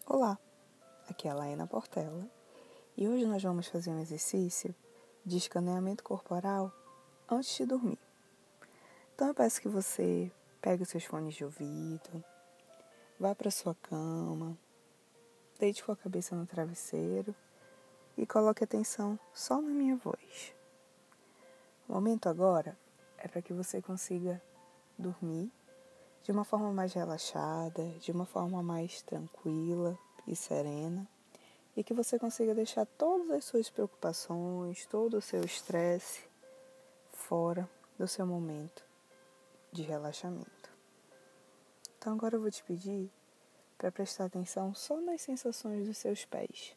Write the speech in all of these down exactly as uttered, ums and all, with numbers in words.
Olá, aqui é a Laena Portela e hoje nós vamos fazer um exercício de escaneamento corporal antes de dormir. Então eu peço que você pegue os seus fones de ouvido, vá para sua cama, deite com a cabeça no travesseiro e coloque atenção só na minha voz. O momento agora é para que você consiga dormir de uma forma mais relaxada, de uma forma mais tranquila e serena, e que você consiga deixar todas as suas preocupações, todo o seu estresse fora do seu momento de relaxamento. Então agora eu vou te pedir para prestar atenção só nas sensações dos seus pés.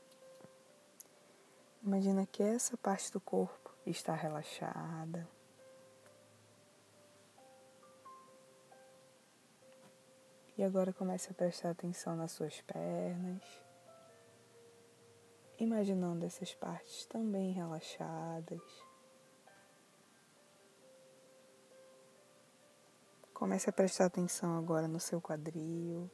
Imagina que essa parte do corpo está relaxada. E agora comece a prestar atenção nas suas pernas, imaginando essas partes também relaxadas. Comece a prestar atenção agora no seu quadril.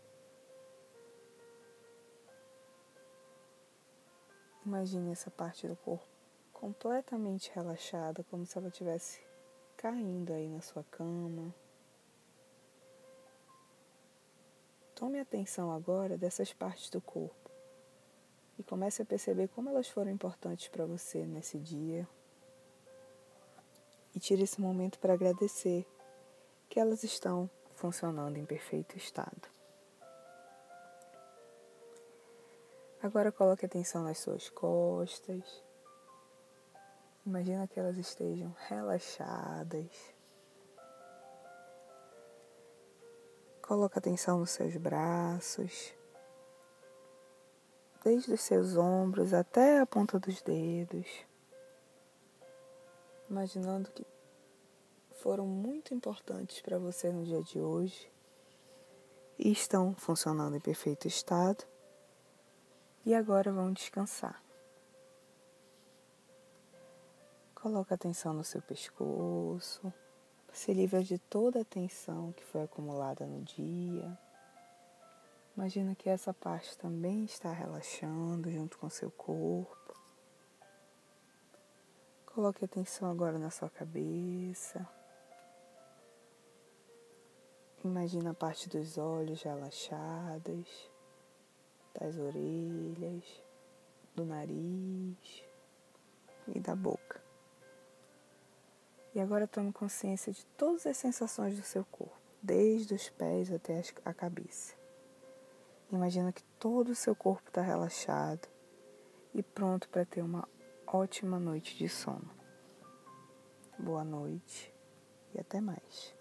Imagine essa parte do corpo completamente relaxada, como se ela estivesse caindo aí na sua cama. Tome atenção agora dessas partes do corpo e comece a perceber como elas foram importantes para você nesse dia. E tire esse momento para agradecer que elas estão funcionando em perfeito estado. Agora coloque atenção nas suas costas. Imagina que elas estejam relaxadas. Coloque atenção nos seus braços, desde os seus ombros até a ponta dos dedos. Imaginando que foram muito importantes para você no dia de hoje e estão funcionando em perfeito estado. E agora vão descansar. Coloque atenção no seu pescoço. Se livra de toda a tensão que foi acumulada no dia. Imagina que essa parte também está relaxando junto com o seu corpo. Coloque atenção agora na sua cabeça. Imagina a parte dos olhos relaxadas, das orelhas, do nariz e da boca. E agora tome consciência de todas as sensações do seu corpo, desde os pés até a cabeça. Imagina que todo o seu corpo está relaxado e pronto para ter uma ótima noite de sono. Boa noite e até mais.